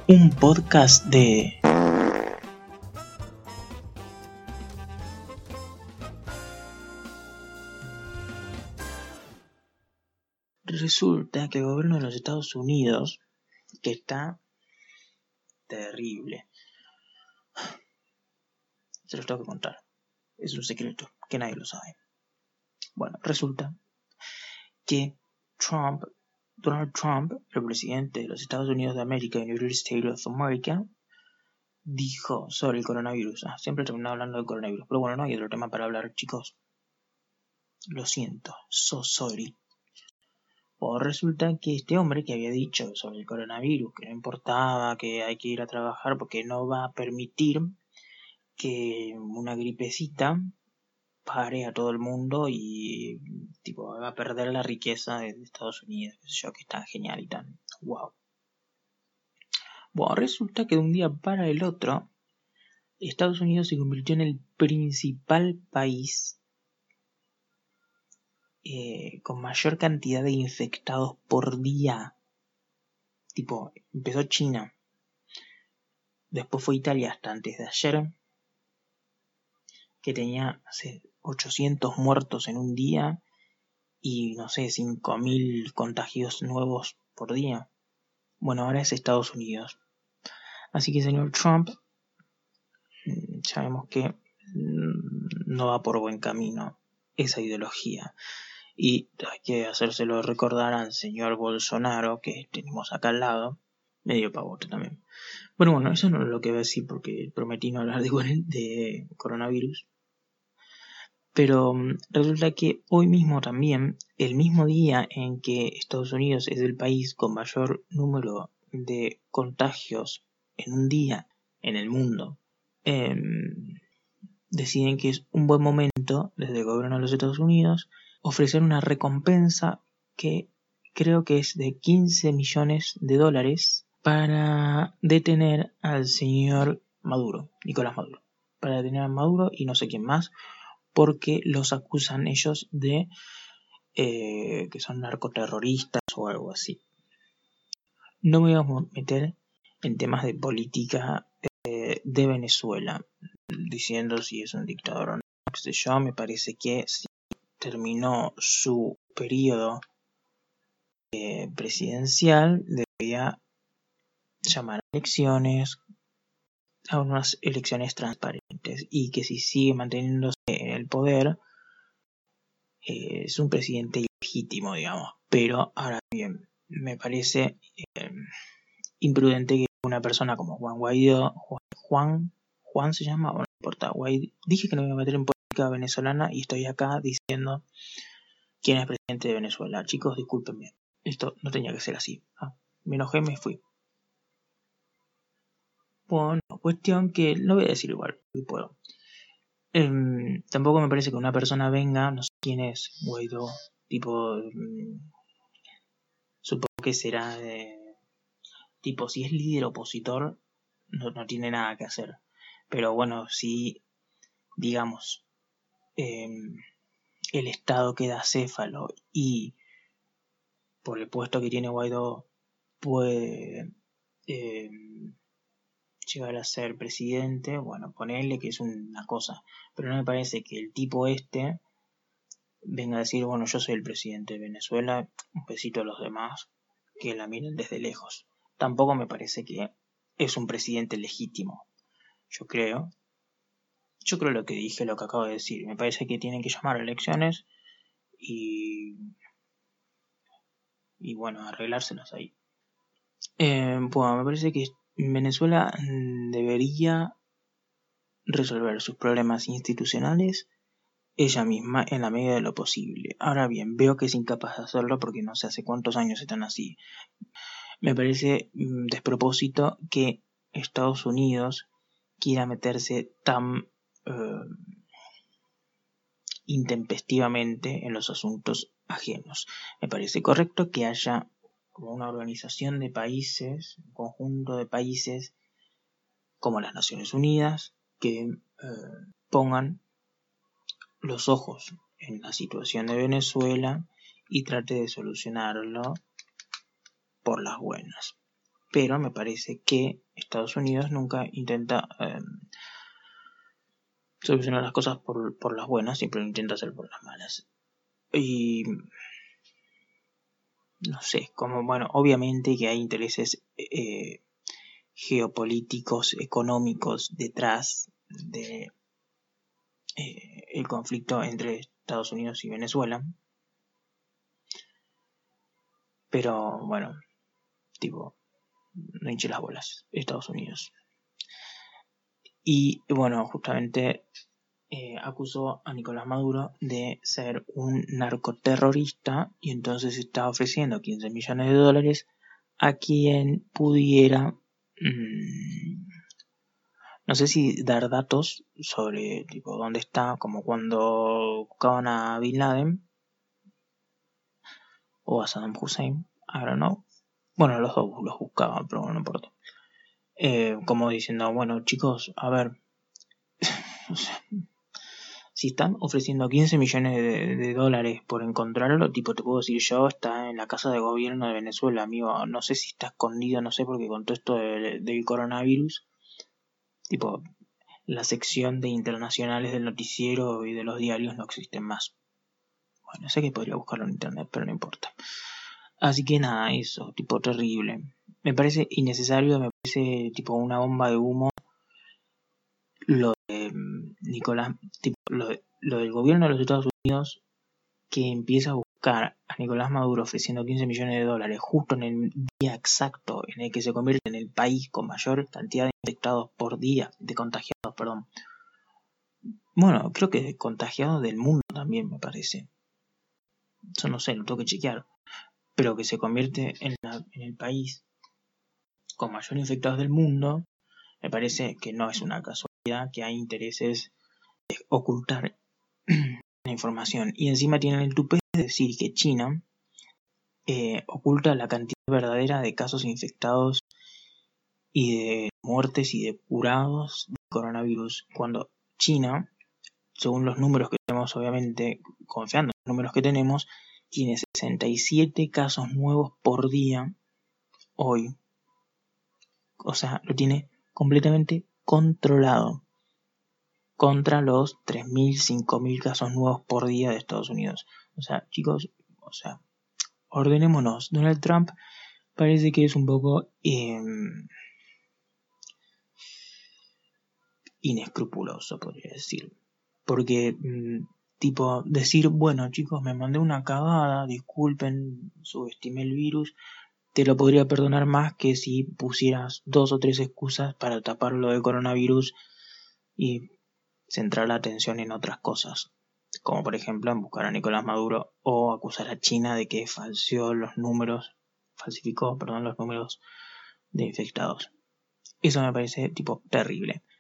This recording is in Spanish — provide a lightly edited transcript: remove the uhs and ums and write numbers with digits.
un podcast de... Resulta que el gobierno de los Estados Unidos, que está terrible, se los tengo que contar, es un secreto que nadie lo sabe. Bueno, resulta que Donald Trump, el presidente de los Estados Unidos de América, United States of America, dijo sobre el coronavirus. Siempre termino hablando del coronavirus, pero bueno, no hay otro tema para hablar, chicos. Lo siento, so sorry. Pues resulta que este hombre que había dicho sobre el coronavirus, que no importaba, que hay que ir a trabajar porque no va a permitir que una gripecita pare a todo el mundo y tipo va a perder la riqueza de Estados Unidos, qué sé yo, que está genial y tan wow. Bueno, resulta que de un día para el otro Estados Unidos se convirtió en el principal país con mayor cantidad de infectados por día. Tipo, empezó China, después fue Italia hasta antes de ayer, que tenía 800 muertos en un día y no sé, 5.000 contagios nuevos por día. Bueno, ahora es Estados Unidos. Así que, señor Trump, sabemos que no va por buen camino esa ideología. Y hay que hacérselo recordar al señor Bolsonaro, que tenemos acá al lado, medio pavote también. Bueno, eso no es lo que voy a decir porque prometí no hablar de coronavirus. Pero resulta que hoy mismo también, el mismo día en que Estados Unidos es el país con mayor número de contagios en un día en el mundo, deciden que es un buen momento desde el gobierno de los Estados Unidos ofrecer una recompensa que creo que es de $15 millones para detener al señor Maduro, Nicolás Maduro, para detener a Maduro y no sé quién más, porque los acusan ellos de que son narcoterroristas o algo así. No me voy a meter en temas de política de Venezuela, diciendo si es un dictador o no, qué sé yo. Me parece que si terminó su periodo presidencial, debería llamar a elecciones, a unas elecciones transparentes, y que si sigue manteniéndose en el poder, es un presidente ilegítimo, digamos. Pero ahora bien, me parece imprudente que una persona como Juan Guaidó, Juan se llama, bueno, no importa, dije que no me iba a meter en política venezolana y estoy acá diciendo quién es presidente de Venezuela. Chicos, discúlpenme, esto no tenía que ser así. Me enojé, me fui. Bueno, cuestión que lo voy a decir igual, si puedo. Tampoco me parece que una persona venga, no sé quién es Guaidó, tipo, supongo que será tipo, si es líder opositor, no tiene nada que hacer. Pero bueno, si, digamos, el Estado queda acéfalo y por el puesto que tiene Guaidó puede llegar a ser presidente, bueno, ponerle que es una cosa. Pero no me parece que el tipo venga a decir, bueno, yo soy el presidente de Venezuela, un besito a los demás, que la miren desde lejos. Tampoco me parece que es un presidente legítimo. Yo creo lo que dije, lo que acabo de decir. Me parece que tienen que llamar a elecciones y bueno, arreglárselas ahí. Bueno, me parece que Venezuela debería resolver sus problemas institucionales ella misma en la medida de lo posible. Ahora bien, veo que es incapaz de hacerlo porque no sé hace cuántos años están así. Me parece despropósito que Estados Unidos quiera meterse tan intempestivamente en los asuntos ajenos. Me parece correcto que haya como una organización de países, un conjunto de países como las Naciones Unidas, que pongan los ojos en la situación de Venezuela y trate de solucionarlo por las buenas. pero me parece que Estados Unidos nunca intenta solucionar las cosas por las buenas, siempre lo intenta hacer por las malas. Y no sé, como bueno, obviamente que hay intereses geopolíticos, económicos detrás de el conflicto entre Estados Unidos y Venezuela, pero bueno, tipo, no hinche las bolas, Estados Unidos. Y bueno, justamente acusó a Nicolás Maduro de ser un narcoterrorista y entonces está ofreciendo 15 millones de dólares a quien pudiera, no sé si dar datos sobre tipo dónde está, como cuando buscaban a Bin Laden o a Saddam Hussein, I don't know. Bueno, los dos los buscaban, pero no importa. Como diciendo, bueno chicos, a ver, o sea, si están ofreciendo 15 millones de dólares por encontrarlo, tipo, te puedo decir yo, está en la casa de gobierno de Venezuela, amigo. No sé si está escondido, no sé, porque con todo esto del coronavirus, tipo, la sección de internacionales del noticiero y de los diarios no existen más. Bueno, sé que podría buscarlo en internet, pero no importa. Así que nada, eso, tipo, terrible. Me parece innecesario, me parece tipo una bomba de humo lo de Nicolás, tipo, lo del gobierno de los Estados Unidos que empieza a buscar a Nicolás Maduro ofreciendo 15 millones de dólares justo en el día exacto en el que se convierte en el país con mayor cantidad de infectados por día, de contagiados, perdón. Bueno, creo que de contagiados del mundo también me parece. Eso no sé, lo tengo que chequear. Pero que se convierte en el país con mayor infectados del mundo, me parece que no es una casualidad, que hay intereses de ocultar la información. Y encima tienen el tupé de decir que China oculta la cantidad verdadera de casos infectados y de muertes y de curados de coronavirus, cuando China, según los números que tenemos, obviamente confiando en los números que tenemos, tiene 67 casos nuevos por día hoy. O sea, lo tiene completamente controlado contra los 3.000, 5.000 casos nuevos por día de Estados Unidos. O sea, chicos, o sea, ordenémonos. Donald Trump parece que es un poco inescrupuloso, podría decir. Porque, tipo, decir, bueno, chicos, me mandé una cagada, disculpen, subestimé el virus, te lo podría perdonar más que si pusieras 2 o 3 excusas para tapar lo del coronavirus y centrar la atención en otras cosas. Como por ejemplo en buscar a Nicolás Maduro o acusar a China de que falsificó los números de infectados. Eso me parece tipo terrible.